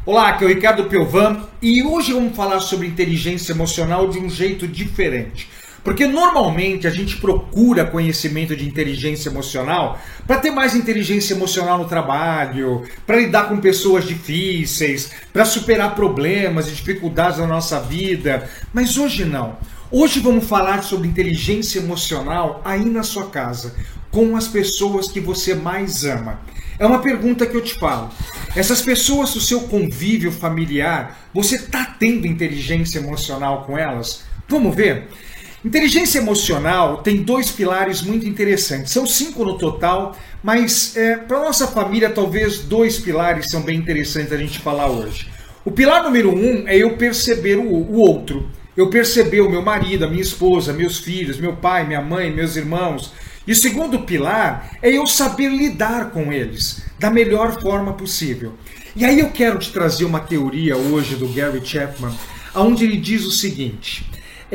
Olá, aqui é o Ricardo Piovan e hoje vamos falar sobre inteligência emocional de um jeito diferente. Porque normalmente a gente procura conhecimento de inteligência emocional para ter mais inteligência emocional no trabalho, para lidar com pessoas difíceis, para superar problemas e dificuldades na nossa vida. Mas hoje não. Hoje vamos falar sobre inteligência emocional aí na sua casa, com as pessoas que você mais ama. É uma pergunta que eu te falo. Essas pessoas do seu convívio familiar, você está tendo inteligência emocional com elas? Vamos ver? Inteligência emocional tem dois pilares muito interessantes. São 5 no total, mas para nossa família talvez 2 pilares são bem interessantes a gente falar hoje. O pilar número 1 é eu perceber o outro. Eu perceber o meu marido, a minha esposa, meus filhos, meu pai, minha mãe, meus irmãos. E o segundo pilar é eu saber lidar com eles da melhor forma possível. E aí eu quero te trazer uma teoria hoje do Gary Chapman, onde ele diz o seguinte: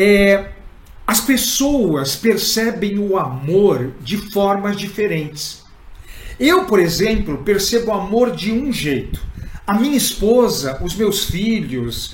as pessoas percebem o amor de formas diferentes. Eu, por exemplo, percebo o amor de um jeito. A minha esposa, os meus filhos,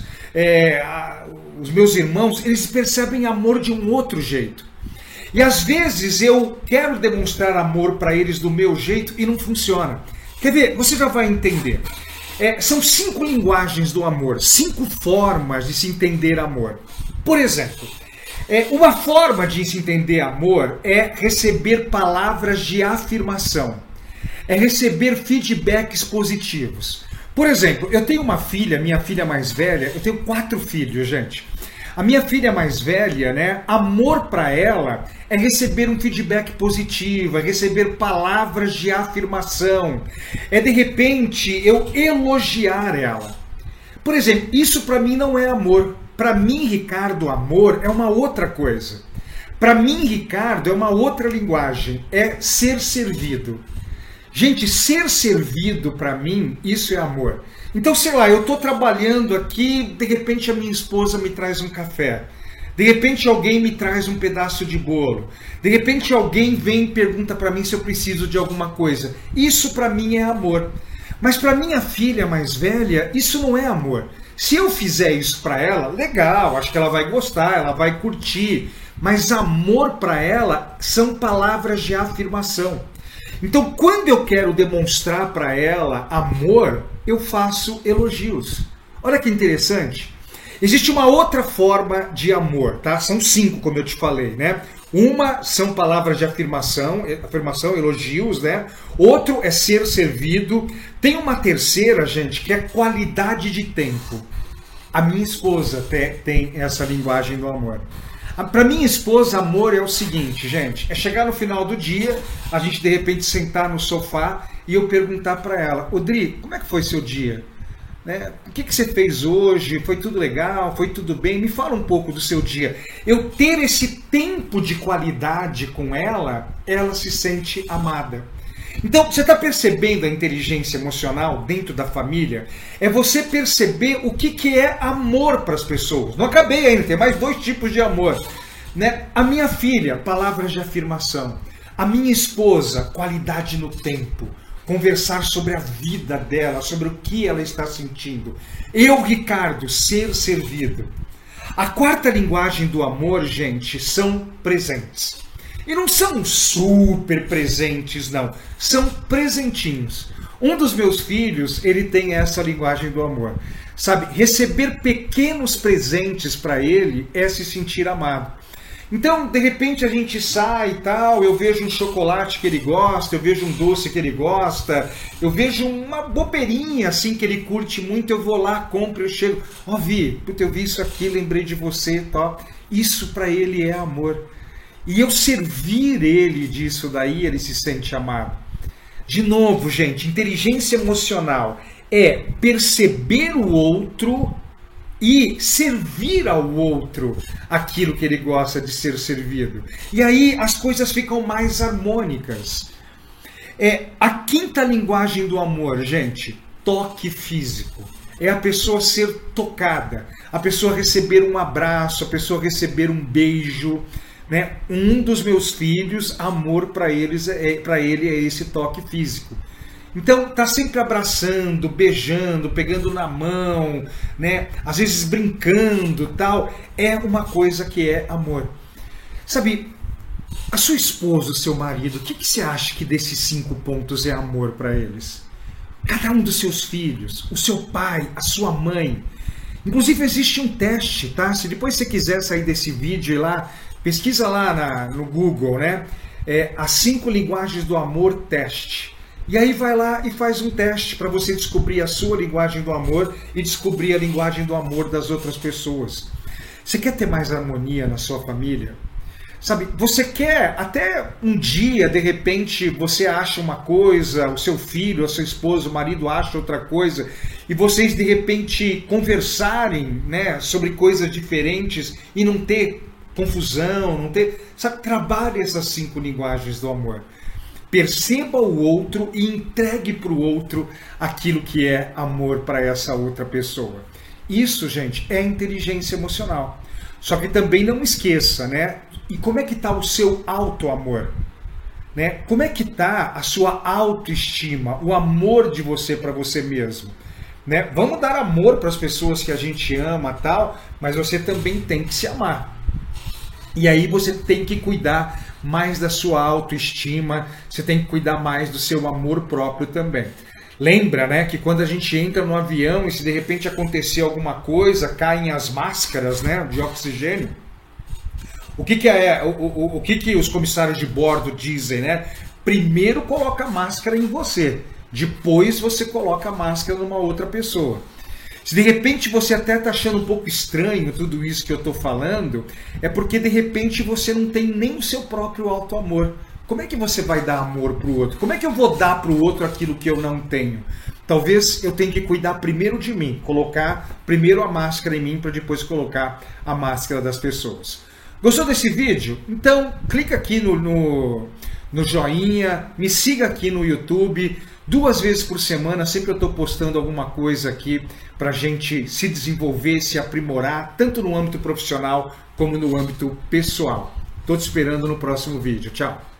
os meus irmãos, eles percebem amor de um outro jeito. E às vezes eu quero demonstrar amor para eles do meu jeito e não funciona. Quer ver? Você já vai entender. São 5 linguagens do amor, 5 formas de se entender amor. Por exemplo, uma forma de se entender amor é receber palavras de afirmação. É receber feedbacks positivos. Por exemplo, eu tenho uma filha, minha filha mais velha, eu tenho 4 filhos, gente. A minha filha mais velha, né, amor para ela é receber um feedback positivo, é receber palavras de afirmação, é de repente eu elogiar ela. Por exemplo, isso para mim não é amor. Para mim, Ricardo, amor é uma outra coisa. Para mim, Ricardo, é uma outra linguagem, é ser servido. Gente, ser servido para mim, isso é amor. Então, sei lá, eu estou trabalhando aqui, de repente a minha esposa me traz um café. De repente alguém me traz um pedaço de bolo. De repente alguém vem e pergunta para mim se eu preciso de alguma coisa. Isso para mim é amor. Mas para minha filha mais velha, isso não é amor. Se eu fizer isso para ela, legal, acho que ela vai gostar, ela vai curtir. Mas amor para ela são palavras de afirmação. Então, quando eu quero demonstrar para ela amor, eu faço elogios. Olha que interessante. Existe uma outra forma de amor, tá? São 5, como eu te falei, né? Uma são palavras de afirmação, elogios, né? Outro é ser servido. Tem uma terceira, gente, que é qualidade de tempo. A minha esposa tem essa linguagem do amor. Para minha esposa, amor é o seguinte, gente, é chegar no final do dia, a gente de repente sentar no sofá e eu perguntar para ela: Odri, como é que foi seu dia? Né? O que você fez hoje? Foi tudo legal? Foi tudo bem? Me fala um pouco do seu dia. Eu ter esse tempo de qualidade com ela, ela se sente amada. Então, você está percebendo a inteligência emocional dentro da família? É você perceber o que é amor para as pessoas. Não acabei ainda, tem mais 2 tipos de amor. Né? A minha filha, palavras de afirmação. A minha esposa, qualidade no tempo. Conversar sobre a vida dela, sobre o que ela está sentindo. Eu, Ricardo, ser servido. A 4ª linguagem do amor, gente, são presentes. E não são super presentes, não. São presentinhos. Um dos meus filhos, ele tem essa linguagem do amor. Sabe, receber pequenos presentes para ele é se sentir amado. Então, de repente a gente sai e tal, eu vejo um chocolate que ele gosta, eu vejo um doce que ele gosta, eu vejo uma bobeirinha assim que ele curte muito, eu vou lá, compro, eu chego, ó, Vi, eu vi isso aqui, lembrei de você e tal. Isso para ele é amor. E eu servir ele disso daí, ele se sente amado. De novo, gente, inteligência emocional é perceber o outro e servir ao outro aquilo que ele gosta de ser servido. E aí as coisas ficam mais harmônicas. A 5ª linguagem do amor, gente, toque físico. É a pessoa ser tocada, a pessoa receber um abraço, a pessoa receber um beijo. Né? Um dos meus filhos, amor para ele é esse toque físico. Então tá sempre abraçando, beijando, pegando na mão, né? Às vezes brincando, tal, é uma coisa que é amor. Sabe, a sua esposa, o seu marido, o que você acha que desses 5 pontos é amor para eles? Cada um dos seus filhos, o seu pai, a sua mãe. Inclusive existe um teste, tá? Se depois você quiser sair desse vídeo e lá, pesquisa lá no Google, né? As 5 linguagens do amor teste. E aí vai lá e faz um teste para você descobrir a sua linguagem do amor e descobrir a linguagem do amor das outras pessoas. Você quer ter mais harmonia na sua família? Sabe, você quer até um dia, de repente, você acha uma coisa, o seu filho, a sua esposa, o marido acha outra coisa, e vocês de repente conversarem, né, sobre coisas diferentes e não ter confusão, não ter... Sabe, trabalhe essas 5 linguagens do amor. Perceba o outro e entregue para o outro aquilo que é amor para essa outra pessoa. Isso, gente, é inteligência emocional. Só que também não esqueça, né? E como é que está o seu auto-amor? Né? Como é que está a sua autoestima, o amor de você para você mesmo? Né? Vamos dar amor para as pessoas que a gente ama, tal, mas você também tem que se amar. E aí você tem que cuidar mais da sua autoestima, você tem que cuidar mais do seu amor próprio também. Lembra, né, que quando a gente entra no avião e se de repente acontecer alguma coisa, caem as máscaras, né, de oxigênio, o que os comissários de bordo dizem, né? Primeiro coloca a máscara em você, depois você coloca a máscara numa outra pessoa. Se de repente você até está achando um pouco estranho tudo isso que eu estou falando, é porque de repente você não tem nem o seu próprio auto-amor. Como é que você vai dar amor para o outro? Como é que eu vou dar para o outro aquilo que eu não tenho? Talvez eu tenha que cuidar primeiro de mim, colocar primeiro a máscara em mim para depois colocar a máscara das pessoas. Gostou desse vídeo? Então clica aqui no joinha, me siga aqui no YouTube. 2 vezes por semana, sempre eu estou postando alguma coisa aqui para a gente se desenvolver, se aprimorar, tanto no âmbito profissional como no âmbito pessoal. Estou te esperando no próximo vídeo. Tchau!